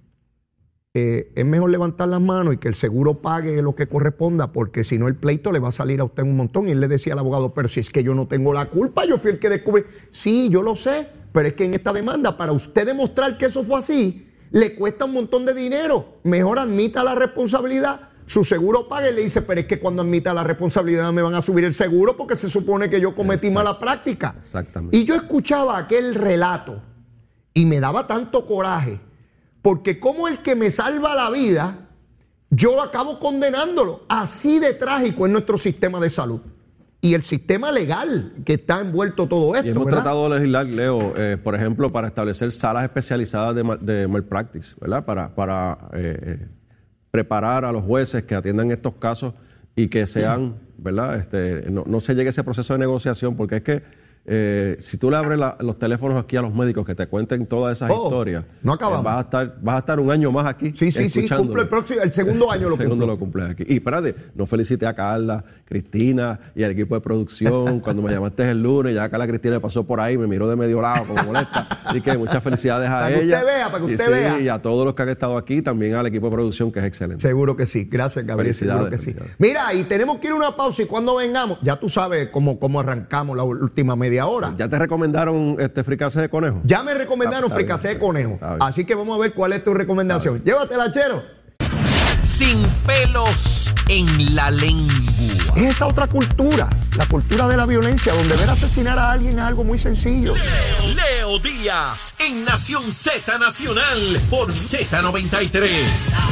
eh, es mejor levantar las manos y que el seguro pague lo que corresponda, porque si no el pleito le va a salir a usted un montón. Y él le decía al abogado, pero si es que yo no tengo la culpa, yo fui el que descubrí. Sí, yo lo sé, pero es que en esta demanda, para usted demostrar que eso fue así, le cuesta un montón de dinero. Mejor admita la responsabilidad, su seguro pague. Y le dice, pero es que cuando admita la responsabilidad me van a subir el seguro porque se supone que yo cometí Exacto. mala práctica. Exactamente. Y yo escuchaba aquel relato y me daba tanto coraje, porque como el que me salva la vida, yo lo acabo condenándolo. Así de trágico es nuestro sistema de salud. Y el sistema legal que está envuelto todo esto. Y hemos ¿verdad? tratado de legislar, Leo, eh, por ejemplo, para establecer salas especializadas de, mal, de malpractice, ¿verdad? Para, para eh, preparar a los jueces que atiendan estos casos y que sean, ¿verdad? Este, no, no se llegue a ese proceso de negociación, porque es que eh, si tú le abres la, los teléfonos aquí a los médicos que te cuenten todas esas oh, historias, no acabamos. Eh, vas a estar, vas a estar un año más aquí. Sí, sí, sí, cumple el próximo, el segundo año lo cumple. El segundo lo cumple aquí. Y espérate, no felicité a Carla, Cristina y al equipo de producción. Cuando me llamaste el lunes, ya Carla Cristina pasó por ahí, me miró de medio lado como molesta. Así que muchas felicidades a para ella. Para que usted vea, para que usted y, vea. Sí, y a todos los que han estado aquí, también al equipo de producción, que es excelente. Seguro que sí. Gracias, Gabriel. Seguro que sí. Mira, y tenemos que ir a una pausa y cuando vengamos, ya tú sabes cómo, cómo arrancamos la última media hora. Ya te recomendaron este fricase de conejo. Ya me recomendaron ah, fricase de conejo. Así que vamos a ver cuál es tu recomendación. Llévatela, Chero. Sin pelos en la lengua. Es esa otra cultura, la cultura de la violencia, donde ver asesinar a alguien es algo muy sencillo. Leo, Leo Díaz, en Nación Z Nacional, por Z noventa y tres.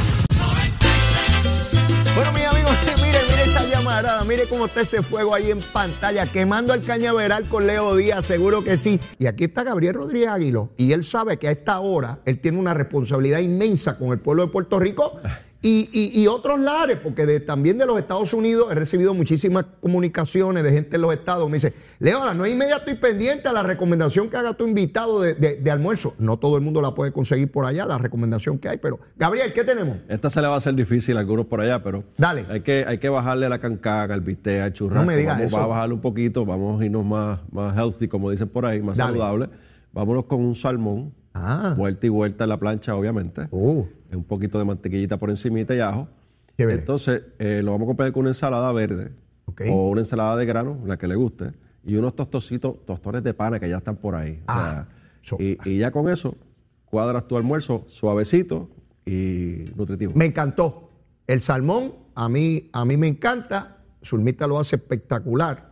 Bueno, mis amigos, mire, mire esa llamarada, mire cómo está ese fuego ahí en pantalla, quemando el cañaveral con Leo Díaz, seguro que sí. Y aquí está Gabriel Rodríguez Aguiló, y él sabe que a esta hora él tiene una responsabilidad inmensa con el pueblo de Puerto Rico y, y, y otros lares, porque de, también de los Estados Unidos he recibido muchísimas comunicaciones de gente en los estados. Me dice, Leo, a las nueve y media estoy pendiente a la recomendación que haga tu invitado de, de, de almuerzo. No todo el mundo la puede conseguir por allá, la recomendación que hay, pero Gabriel, ¿qué tenemos? Esta se le va a hacer difícil a algunos por allá, pero dale. Hay que, hay que bajarle la cancaca, al bistec, al churrasco. No me digas vamos, eso. Va a bajarle un poquito, vamos a irnos más, más healthy, como dicen por ahí, más dale. saludable. Vámonos con un salmón, ah. vuelta y vuelta en la plancha, obviamente. Uh. Un poquito de mantequillita por encimita y ajo. Chévere. Entonces, eh, lo vamos a acompañar con una ensalada verde, okay. o una ensalada de grano, la que le guste, y unos tostocitos, tostones de pana que ya están por ahí. Ah, o sea, y, y ya con eso, cuadras tu almuerzo suavecito y nutritivo. Me encantó. El salmón, a mí, a mí me encanta. Zulmita lo hace espectacular.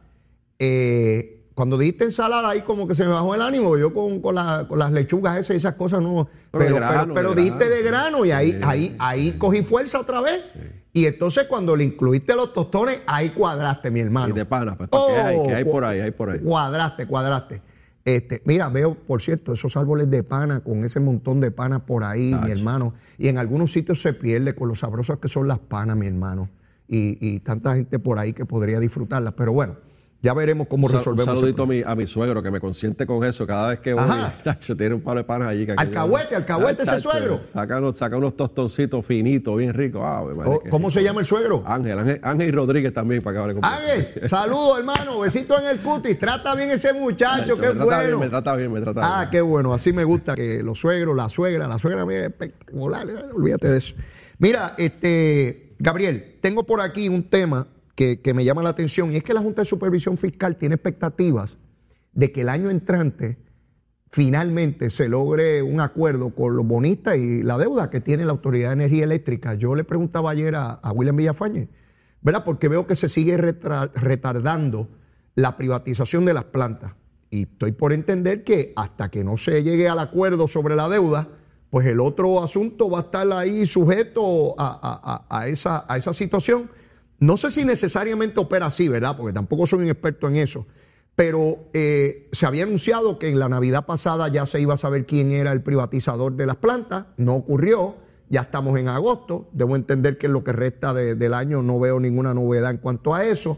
Eh, cuando dijiste ensalada, ahí como que se me bajó el ánimo. Yo con, con, la, con las lechugas esas y esas cosas no. Pero, pero, grano, pero, pero de dijiste grano. de grano y ahí, sí. ahí, ahí cogí fuerza otra vez. Sí. Y entonces cuando le incluiste los tostones, ahí cuadraste, mi hermano. Y de pana, pues, oh, ¿qué hay? ¿Qué hay por ahí? Hay por ahí. Cuadraste, cuadraste. Este, mira, veo, por cierto, esos árboles de pana, con ese montón de pana por ahí, Ach. mi hermano. Y en algunos sitios se pierde con lo sabrosas que son las panas, mi hermano. Y, y tanta gente por ahí que podría disfrutarlas. Pero bueno, ya veremos cómo resolvemos. Un saludito a mi, a mi suegro que me consiente con eso. Cada vez que voy, chacho, tiene un palo de panas allí. Alcahuete, alcahuete ese suegro. Saca unos, saca unos tostoncitos finitos, bien ricos. Ah, oh, ¿Cómo se llama el suegro? Ángel, Ángel, Ángel y Rodríguez también, para que hable con Ángel, saludos, hermano. Besito en el cutis. Trata bien ese muchacho, chacho, qué me bueno. Trata bien, me trata bien, me trata bien. Ah, qué bueno. Así me gusta que los suegros, la suegra, la suegra mía es espectacular. Olvídate de eso. Mira, este, Gabriel, tengo por aquí un tema Que, que me llama la atención, y es que la Junta de Supervisión Fiscal tiene expectativas de que el año entrante finalmente se logre un acuerdo con los bonistas y la deuda que tiene la Autoridad de Energía Eléctrica. Yo le preguntaba ayer a, a William Villafañe, ¿verdad? Porque veo que se sigue retra- retardando la privatización de las plantas. Y estoy por entender que hasta que no se llegue al acuerdo sobre la deuda, pues el otro asunto va a estar ahí sujeto a, a, a, a, esa, a esa situación. No sé si necesariamente opera así, ¿verdad? Porque tampoco soy un experto en eso. Pero eh, se había anunciado que en la Navidad pasada ya se iba a saber quién era el privatizador de las plantas. No ocurrió. Ya estamos en agosto. Debo entender que en lo que resta de, del año no veo ninguna novedad en cuanto a eso.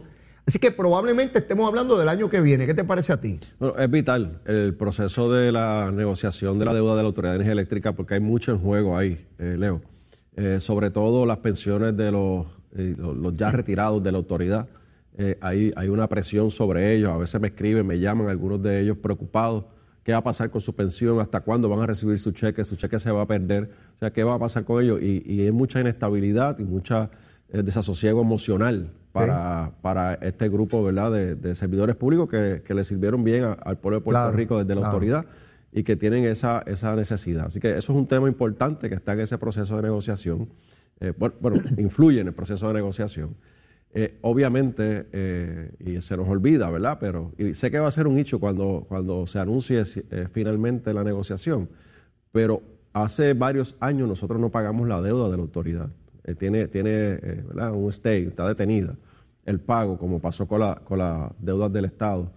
Así que probablemente estemos hablando del año que viene. ¿Qué te parece a ti? Bueno, es vital el proceso de la negociación de la deuda de la Autoridad de Energía Eléctrica porque hay mucho en juego ahí, eh, Leo. Eh, sobre todo las pensiones de los, eh, los, los ya retirados de la autoridad. Eh, hay, hay una presión sobre ellos. A veces me escriben, me llaman algunos de ellos preocupados. ¿Qué va a pasar con su pensión? ¿Hasta cuándo van a recibir su cheque? ¿Su cheque se va a perder? O sea, ¿qué va a pasar con ellos? Y, y hay mucha inestabilidad y mucha eh, desasosiego emocional para, sí. para este grupo, ¿verdad?, de, de servidores públicos que, que le sirvieron bien a, al pueblo de Puerto claro, Rico desde la claro. autoridad y que tienen esa, esa necesidad. Así que eso es un tema importante que está en ese proceso de negociación. Eh, bueno, bueno, influye en el proceso de negociación. Eh, obviamente, eh, y se nos olvida, ¿verdad? Pero y sé que va a ser un hecho cuando, cuando se anuncie eh, finalmente la negociación, pero hace varios años nosotros no pagamos la deuda de la autoridad. Eh, tiene tiene eh, ¿verdad? un stay, está detenida el pago, como pasó con las con la deudas del Estado.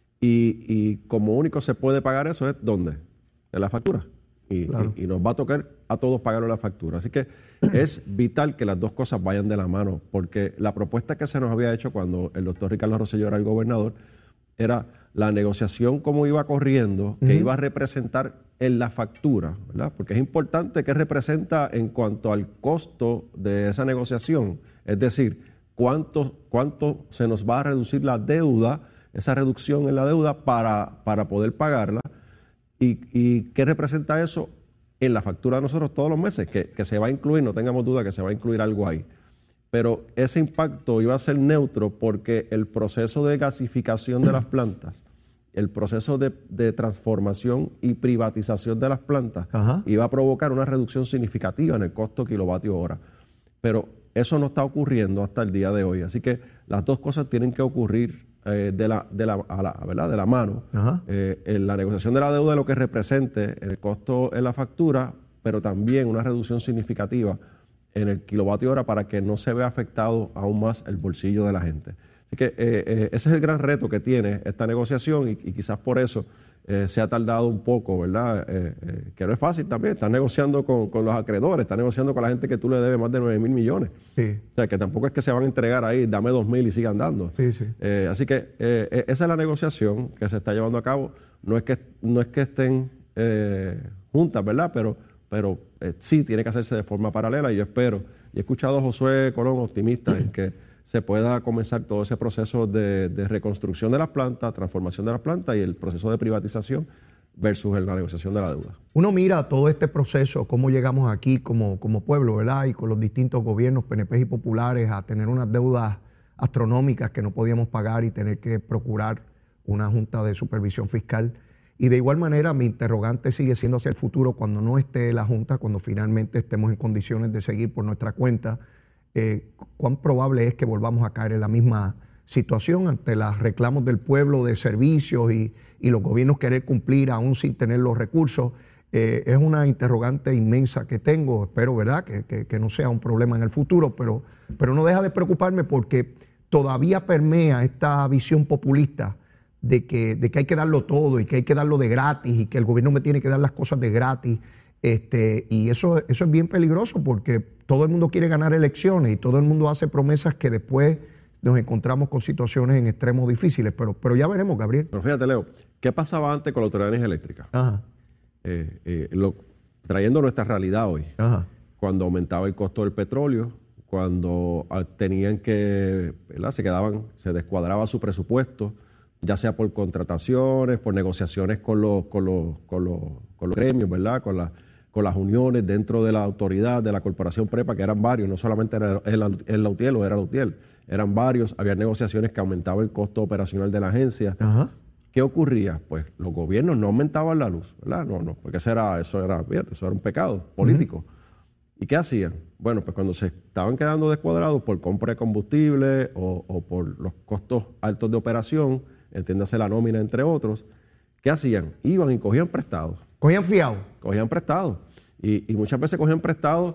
Y, y como único se puede pagar eso es ¿dónde? En la factura. Y, claro. y, y nos va a tocar a todos pagarlo la factura. Así que es vital que las dos cosas vayan de la mano, porque la propuesta que se nos había hecho cuando el doctor Ricardo Rosselló era el gobernador era la negociación como iba corriendo, que uh-huh. iba a representar en la factura, ¿verdad? Porque es importante qué representa en cuanto al costo de esa negociación, es decir, cuánto, cuánto se nos va a reducir la deuda, esa reducción en la deuda para, para poder pagarla. ¿Y, y qué representa eso en la factura de nosotros todos los meses? Que, que se va a incluir, no tengamos duda que se va a incluir algo ahí. Pero ese impacto iba a ser neutro porque el proceso de gasificación de las plantas, el proceso de, de transformación y privatización de las plantas, Ajá. iba a provocar una reducción significativa en el costo kilovatio hora. Pero eso no está ocurriendo hasta el día de hoy. Así que las dos cosas tienen que ocurrir Eh, de, la, de, la, a la, ¿verdad? de la mano, eh, en la negociación de la deuda, lo que represente el costo en la factura, pero también una reducción significativa en el kilovatio hora para que no se vea afectado aún más el bolsillo de la gente. Así que eh, eh, ese es el gran reto que tiene esta negociación y, y quizás por eso eh, se ha tardado un poco, ¿verdad? Eh, eh, que no es fácil también. Estás negociando con, con los acreedores, estás negociando con la gente que tú le debes más de nueve mil millones. Sí. O sea, que tampoco es que se van a entregar ahí, dame dos mil y sigan dando. Sí, sí. Eh, así que eh, esa es la negociación que se está llevando a cabo. No es que, no es que estén eh, juntas, ¿verdad? Pero, pero eh, sí tiene que hacerse de forma paralela y yo espero. Y he escuchado a Josué Colón optimista en que se pueda comenzar todo ese proceso de, de reconstrucción de las plantas, transformación de las plantas y el proceso de privatización versus la negociación de la deuda. Uno mira todo este proceso, cómo llegamos aquí como, como pueblo, ¿verdad? Y con los distintos gobiernos, P N P y populares, a tener unas deudas astronómicas que no podíamos pagar y tener que procurar una junta de supervisión fiscal. Y de igual manera, mi interrogante sigue siendo hacia el futuro cuando no esté la junta, cuando finalmente estemos en condiciones de seguir por nuestra cuenta. Eh, ¿Cuán probable es que volvamos a caer en la misma situación ante los reclamos del pueblo de servicios y, y los gobiernos querer cumplir aún sin tener los recursos? Eh, es una interrogante inmensa que tengo. Espero, ¿verdad?, que, que, que no sea un problema en el futuro, pero, pero no deja de preocuparme porque todavía permea esta visión populista de que, de que hay que darlo todo y que hay que darlo de gratis y que el gobierno me tiene que dar las cosas de gratis. Este, y eso, eso es bien peligroso porque todo el mundo quiere ganar elecciones y todo el mundo hace promesas que después nos encontramos con situaciones en extremos difíciles. Pero, pero ya veremos, Gabriel. Pero fíjate, Leo, ¿qué pasaba antes con la Autoridad de Energía Eléctrica? Ajá. Eh, eh, lo, trayendo nuestra realidad hoy. Ajá. Cuando aumentaba el costo del petróleo, cuando ah, tenían que, ¿verdad? se quedaban, se descuadraba su presupuesto, ya sea por contrataciones, por negociaciones con los, con los, con los, con los gremios, ¿verdad? Con, la, con las uniones dentro de la autoridad, de la corporación PREPA, que eran varios, no solamente era el, el Lautiel o era Lautiel, eran varios, había negociaciones que aumentaban el costo operacional de la agencia. Ajá. ¿Qué ocurría? Pues los gobiernos no aumentaban la luz, ¿verdad? No, no, porque eso era, eso era, fíjate, eso era un pecado político. Uh-huh. ¿Y qué hacían? Bueno, pues cuando se estaban quedando descuadrados por compra de combustible o, o por los costos altos de operación, entiéndase la nómina, entre otros, ¿qué hacían? Iban y cogían prestados. ¿Cogían fiado? Cogían prestados. Y, y muchas veces cogían prestados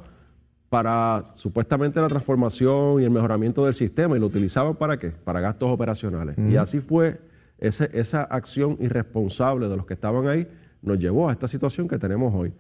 para supuestamente la transformación y el mejoramiento del sistema y lo utilizaban ¿para qué? Para gastos operacionales. Uh-huh. Y así fue, ese, esa acción irresponsable de los que estaban ahí nos llevó a esta situación que tenemos hoy.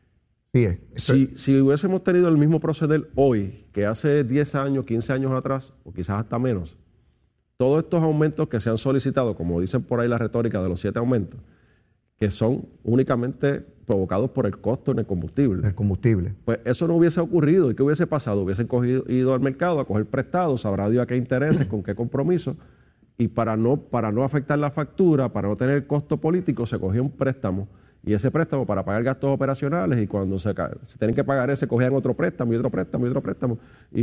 Sí, es. Si, si hubiésemos tenido el mismo proceder hoy que hace diez años, quince años atrás, o quizás hasta menos, todos estos aumentos que se han solicitado, como dicen por ahí la retórica de los siete aumentos, que son únicamente provocados por el costo en el combustible. El combustible. Pues eso no hubiese ocurrido. ¿Y qué hubiese pasado? Hubiesen cogido, ido al mercado a coger prestados, sabrá Dios a qué intereses, con qué compromiso, y para no, para no afectar la factura, para no tener el costo político, se cogía un préstamo, y ese préstamo para pagar gastos operacionales, y cuando se, se tienen que pagar ese, cogían otro préstamo, y otro préstamo, y otro préstamo.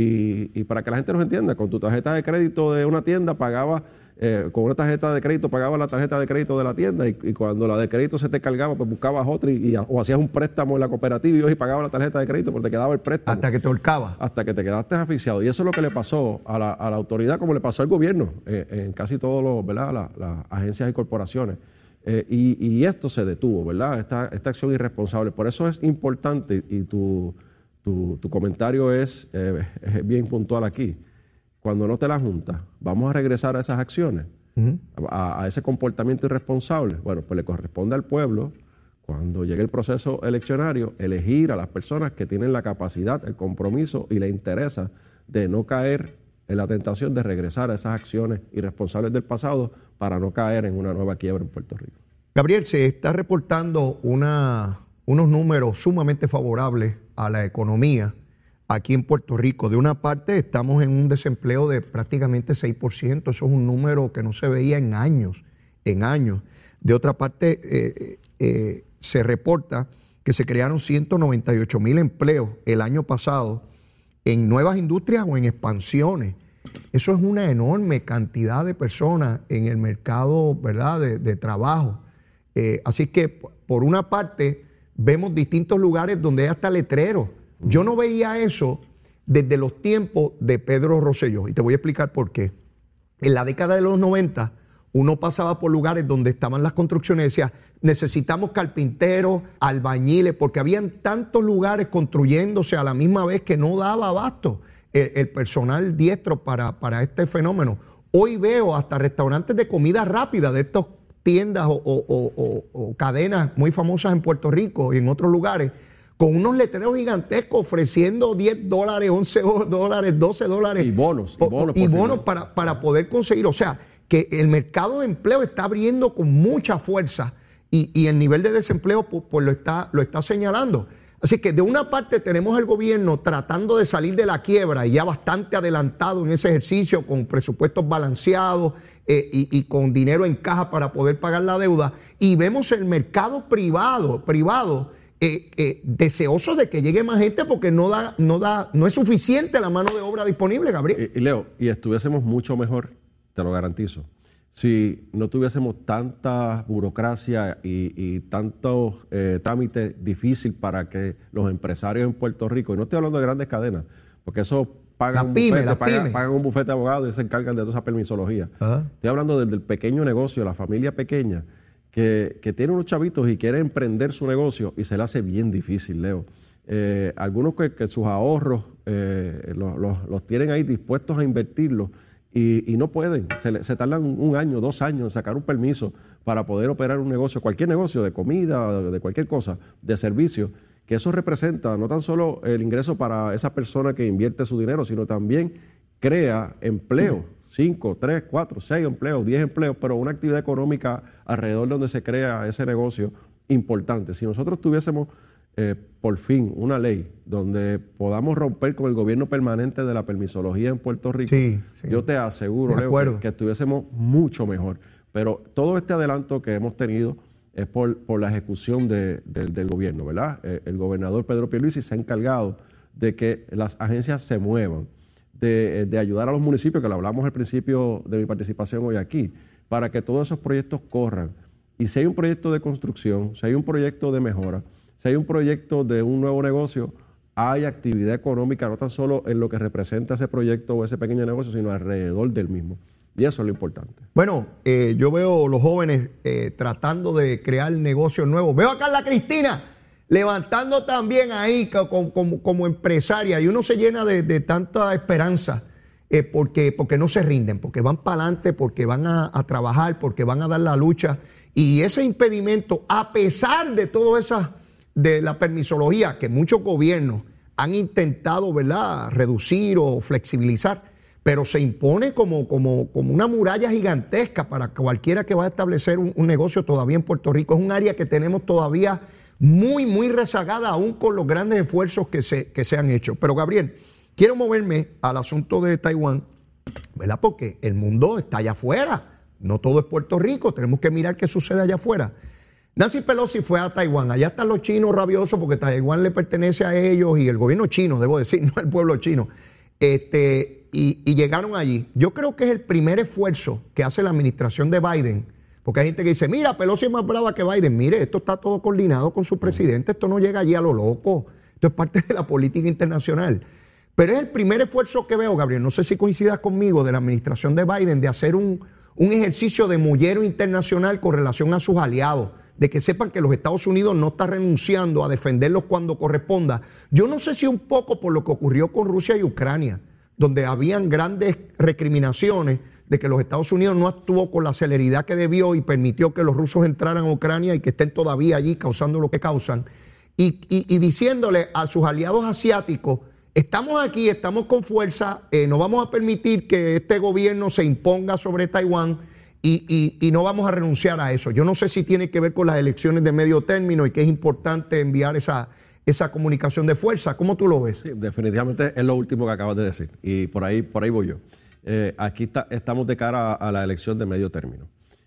Y, y para que la gente nos entienda, con tu tarjeta de crédito de una tienda pagaba... Eh, con una tarjeta de crédito pagabas la tarjeta de crédito de la tienda y, y cuando la de crédito se te cargaba, pues buscabas otra y, y, o hacías un préstamo en la cooperativa y pagabas la tarjeta de crédito porque te quedaba el préstamo. Hasta que te ahorcaba. Hasta que te quedaste asfixiado. Y eso es lo que le pasó a la, a la autoridad, como le pasó al gobierno, eh, en casi todas las la, la agencias y corporaciones. Eh, y, y esto se detuvo, ¿verdad? Esta, esta acción irresponsable. Por eso es importante, y tu, tu, tu comentario es, eh, es bien puntual aquí. Cuando no te la junta, vamos a regresar a esas acciones, uh-huh. a, a ese comportamiento irresponsable. Bueno, pues le corresponde al pueblo, cuando llegue el proceso eleccionario, elegir a las personas que tienen la capacidad, el compromiso y le interesa de no caer en la tentación de regresar a esas acciones irresponsables del pasado para no caer en una nueva quiebra en Puerto Rico. Gabriel, se está reportando una, unos números sumamente favorables a la economía aquí en Puerto Rico. De una parte, estamos en un desempleo de prácticamente seis por ciento. Eso es un número que no se veía en años, en años. De otra parte, eh, eh, se reporta que se crearon ciento noventa y ocho mil empleos el año pasado en nuevas industrias o en expansiones. Eso es una enorme cantidad de personas en el mercado, ¿verdad?, de, de trabajo. Eh, así que, por una parte, vemos distintos lugares donde hay hasta letreros. Yo no veía eso desde los tiempos de Pedro Rosselló, y te voy a explicar por qué. En la década de los noventa, uno pasaba por lugares donde estaban las construcciones y decía, necesitamos carpinteros, albañiles, porque habían tantos lugares construyéndose a la misma vez que no daba abasto el, el personal diestro para, para este fenómeno. Hoy veo hasta restaurantes de comida rápida de estas tiendas o, o, o, o cadenas muy famosas en Puerto Rico y en otros lugares, con unos letreros gigantescos ofreciendo diez dólares, once dólares, doce dólares. Y bonos. Y bonos, y bonos para, para poder conseguir. O sea, que el mercado de empleo está abriendo con mucha fuerza y, y el nivel de desempleo pues, pues lo, está, lo está señalando. Así que de una parte tenemos al gobierno tratando de salir de la quiebra y ya bastante adelantado en ese ejercicio con presupuestos balanceados eh, y, y con dinero en caja para poder pagar la deuda. Y vemos el mercado privado, privado Eh, eh, deseosos de que llegue más gente porque no da, no da, no es suficiente la mano de obra disponible, Gabriel. Y, y Leo, y estuviésemos mucho mejor, te lo garantizo, si no tuviésemos tanta burocracia y, y tanto eh, trámite difícil para que los empresarios en Puerto Rico, y no estoy hablando de grandes cadenas, porque eso pagan, un, pyme, bufete, pagan, pyme. pagan un bufete de abogados y se encargan de toda esa permisología. Uh-huh. Estoy hablando del, del pequeño negocio, la familia pequeña, Que, que tiene unos chavitos y quiere emprender su negocio y se le hace bien difícil, Leo. Eh, algunos que, que sus ahorros eh, los, los, los tienen ahí dispuestos a invertirlos y, y no pueden. Se, le, se tardan un año, dos años en sacar un permiso para poder operar un negocio, cualquier negocio de comida, de, de cualquier cosa, de servicio, que eso representa no tan solo el ingreso para esa persona que invierte su dinero, sino también crea empleo. Cinco, tres, cuatro, seis empleos, diez empleos, pero una actividad económica alrededor de donde se crea ese negocio importante. Si nosotros tuviésemos eh, por fin una ley donde podamos romper con el gobierno permanente de la permisología en Puerto Rico, sí, sí. yo te aseguro, Leo, que, que estuviésemos mucho mejor. Pero todo este adelanto que hemos tenido es por, por la ejecución de, de, del gobierno, ¿verdad? Eh, el gobernador Pedro Pierluisi se ha encargado de que las agencias se muevan, De, de ayudar a los municipios, que lo hablamos al principio de mi participación hoy aquí, para que todos esos proyectos corran. Y si hay un proyecto de construcción, si hay un proyecto de mejora, si hay un proyecto de un nuevo negocio, hay actividad económica, no tan solo en lo que representa ese proyecto o ese pequeño negocio, sino alrededor del mismo. Y eso es lo importante. Bueno, eh, yo veo los jóvenes eh, tratando de crear negocios nuevos. Veo a Carla Cristina levantando también ahí como, como, como empresaria, y uno se llena de, de tanta esperanza eh, porque, porque no se rinden, porque van para adelante, porque van a, a trabajar, porque van a dar la lucha. Y ese impedimento, a pesar de todo esa, de la permisología que muchos gobiernos han intentado, ¿verdad?, reducir o flexibilizar, pero se impone como, como, como una muralla gigantesca para cualquiera que va a establecer un, un negocio todavía en Puerto Rico. Es un área que tenemos todavía muy, muy rezagada, aún con los grandes esfuerzos que se, que se han hecho. Pero Gabriel, quiero moverme al asunto de Taiwán, ¿verdad? Porque el mundo está allá afuera, no todo es Puerto Rico, tenemos que mirar qué sucede allá afuera. Nancy Pelosi fue a Taiwán, allá están los chinos rabiosos porque Taiwán le pertenece a ellos y el gobierno chino, debo decir, no el pueblo chino, este, y, y llegaron allí. Yo creo que es el primer esfuerzo que hace la administración de Biden, porque hay gente que dice, mira, Pelosi es más brava que Biden. Mire, esto está todo coordinado con su presidente, esto no llega allí a lo loco, esto es parte de la política internacional. Pero es el primer esfuerzo que veo, Gabriel, no sé si coincidas conmigo, de la administración de Biden, de hacer un, un ejercicio de mullero internacional con relación a sus aliados, de que sepan que los Estados Unidos no está renunciando a defenderlos cuando corresponda. Yo no sé si un poco por lo que ocurrió con Rusia y Ucrania, donde habían grandes recriminaciones de que los Estados Unidos no actuó con la celeridad que debió y permitió que los rusos entraran a Ucrania y que estén todavía allí causando lo que causan, y, y, y diciéndole a sus aliados asiáticos, estamos aquí, estamos con fuerza, eh, no vamos a permitir que este gobierno se imponga sobre Taiwán y, y, y no vamos a renunciar a eso. Yo no sé si tiene que ver con las elecciones de medio término y que es importante enviar esa, esa comunicación de fuerza. ¿Cómo tú lo ves? Sí, definitivamente es lo último que acabas de decir y por ahí, por ahí voy yo. Eh, aquí está, estamos de cara a, a la elección de medio término,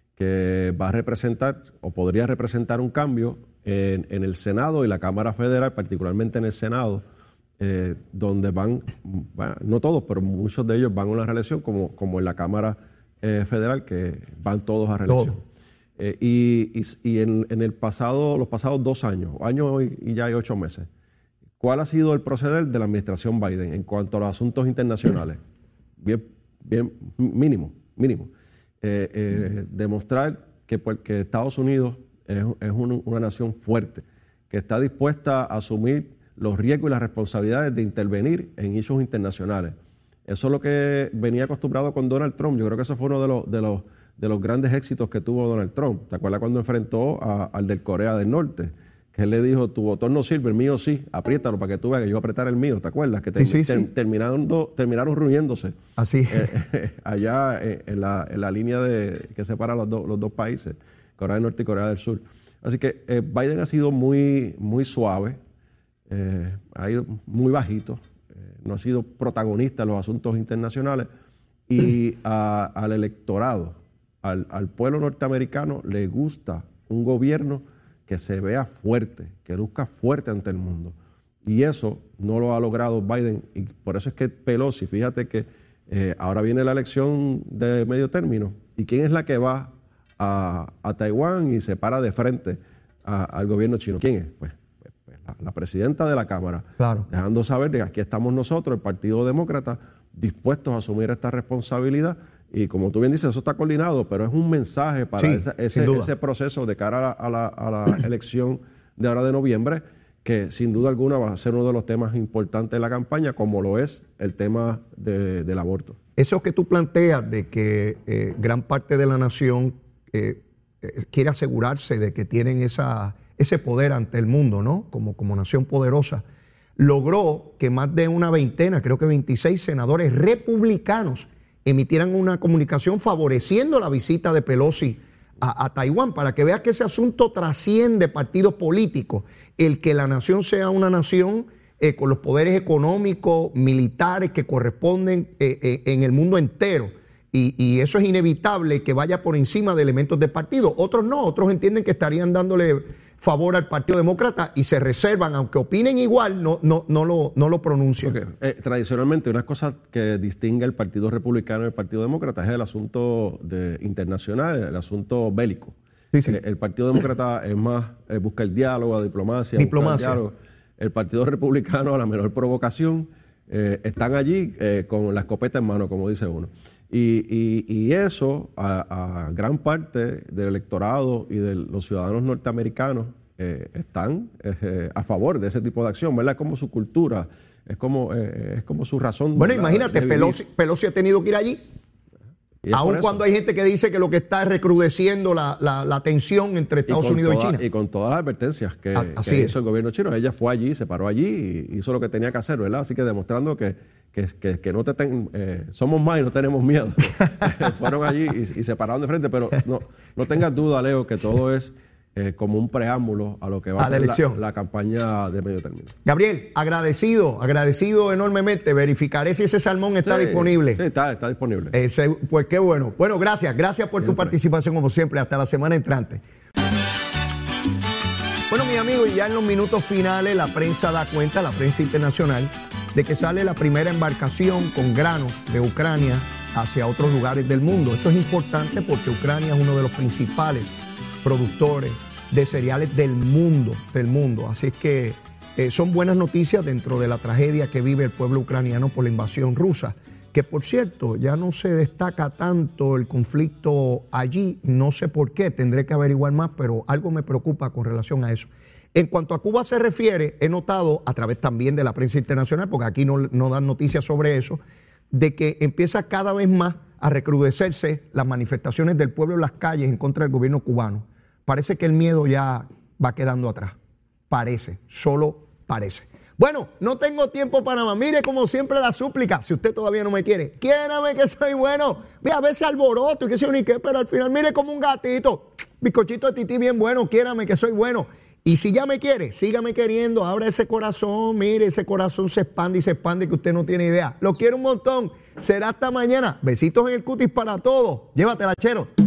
que va a representar o podría representar un cambio en, en el Senado y la Cámara Federal, particularmente en el Senado, eh, donde van, bueno, no todos, pero muchos de ellos van a una reelección, como, como en la Cámara eh, Federal, que van todos a reelección. Eh, y y, y en, en el pasado, los pasados dos años, año y, y ya hay ocho meses, ¿cuál ha sido el proceder de la administración Biden en cuanto a los asuntos internacionales? Bien, bien mínimo, mínimo. Eh, eh, demostrar que, pues, que Estados Unidos es, es un, una nación fuerte, que está dispuesta a asumir los riesgos y las responsabilidades de intervenir en issues internacionales. Eso es lo que venía acostumbrado con Donald Trump. Yo creo que eso fue uno de los, de los, de los grandes éxitos que tuvo Donald Trump. ¿Te acuerdas cuando enfrentó a, al del Corea del Norte? Que él le dijo, tu botón no sirve, el mío sí, apriétalo para que tú veas que yo apretar el mío, ¿te acuerdas? Que te, sí, sí, ter, sí. Terminaron, terminaron reuniéndose. Así. Eh, eh, allá eh, en, la, en la línea de, que separa los, do, los dos países, Corea del Norte y Corea del Sur. Así que eh, Biden ha sido muy, muy suave, eh, ha ido muy bajito, eh, no ha sido protagonista en los asuntos internacionales y a, al electorado, al, al pueblo norteamericano le gusta un gobierno que se vea fuerte, que luzca fuerte ante el mundo. Y eso no lo ha logrado Biden. Y por eso es que Pelosi, fíjate que eh, ahora viene la elección de medio término. ¿Y quién es la que va a, a Taiwán y se para de frente a, al gobierno chino? ¿Quién es? Pues, pues, pues la, la presidenta de la Cámara. Claro. Dejando saber de que aquí estamos nosotros, el Partido Demócrata, dispuestos a asumir esta responsabilidad. Y como tú bien dices, eso está coordinado, pero es un mensaje para sí, esa, ese, ese proceso de cara a la, a la, a la elección de ahora de noviembre, que sin duda alguna va a ser uno de los temas importantes de la campaña, como lo es el tema de, del aborto. Eso que tú planteas de que eh, gran parte de la nación eh, eh, quiere asegurarse de que tienen esa, ese poder ante el mundo, ¿no? Como, como nación poderosa, logró que más de una veintena, creo que veintiséis senadores republicanos emitieran una comunicación favoreciendo la visita de Pelosi a, a Taiwán, para que veas que ese asunto trasciende partidos políticos, el que la nación sea una nación eh, con los poderes económicos, militares que corresponden eh, eh, en el mundo entero, y, y eso es inevitable que vaya por encima de elementos de partido. Otros no, otros entienden que estarían dándole favor al Partido Demócrata y se reservan, aunque opinen igual, no, no, no, lo, no lo pronuncian. Okay. Eh, tradicionalmente, una cosa que distingue al Partido Republicano y el Partido Demócrata es el asunto de, internacional, el asunto bélico. Sí, sí. El, el Partido Demócrata es más, eh, busca el diálogo, la diplomacia. Diplomacia. El, diálogo. El Partido Republicano, a la menor provocación, eh, están allí eh, con la escopeta en mano, como dice uno. Y, y, y eso a, a gran parte del electorado y de los ciudadanos norteamericanos eh, están eh, a favor de ese tipo de acción, ¿verdad? Es como su cultura, es como, eh, es como su razón. Bueno, ¿verdad? Imagínate, Pelosi, Pelosi ha tenido que ir allí. Aun cuando hay gente que dice que lo que está es recrudeciendo la, la, la tensión entre Estados y Unidos toda, y China. Y con todas las advertencias que, Así que es. hizo el gobierno chino. Ella fue allí, se paró allí y hizo lo que tenía que hacer, ¿verdad? Así que demostrando que, que, que, que no te ten, eh, somos más y no tenemos miedo. Fueron allí y, y se pararon de frente, pero no, no tengas duda, Leo, que todo es eh, como un preámbulo a lo que va a, a ser la, la campaña de medio término. Gabriel, agradecido, agradecido enormemente. Verificaré si ese salmón está sí, disponible. Sí, está, está disponible. Ese, pues qué bueno. Bueno, gracias, gracias por siempre. tu participación como siempre. Hasta la semana entrante. Bueno, mis amigos, y ya en los minutos finales la prensa da cuenta, la prensa internacional, de que sale la primera embarcación con granos de Ucrania hacia otros lugares del mundo. Esto es importante porque Ucrania es uno de los principales productores de cereales del mundo, del mundo. Así es que eh, son buenas noticias dentro de la tragedia que vive el pueblo ucraniano por la invasión rusa, que por cierto ya no se destaca tanto el conflicto allí, no sé por qué, tendré que averiguar más, pero algo me preocupa con relación a eso. En cuanto a Cuba se refiere, he notado a través también de la prensa internacional, porque aquí no, no dan noticias sobre eso, de que empieza cada vez más a recrudecerse las manifestaciones del pueblo en las calles en contra del gobierno cubano. Parece que el miedo ya va quedando atrás. Parece, solo parece. Bueno, no tengo tiempo para más. Mire, como siempre, la súplica. Si usted todavía no me quiere, quiérame que soy bueno. Ve a veces alboroto y que sé ni qué, pero al final mire como un gatito. Bizcochito de tití bien bueno, quiérame que soy bueno. Y si ya me quiere, sígame queriendo. Abra ese corazón, mire, ese corazón se expande y se expande que usted no tiene idea. Lo quiero un montón. Será hasta mañana. Besitos en el cutis para todos. Llévatela, chero.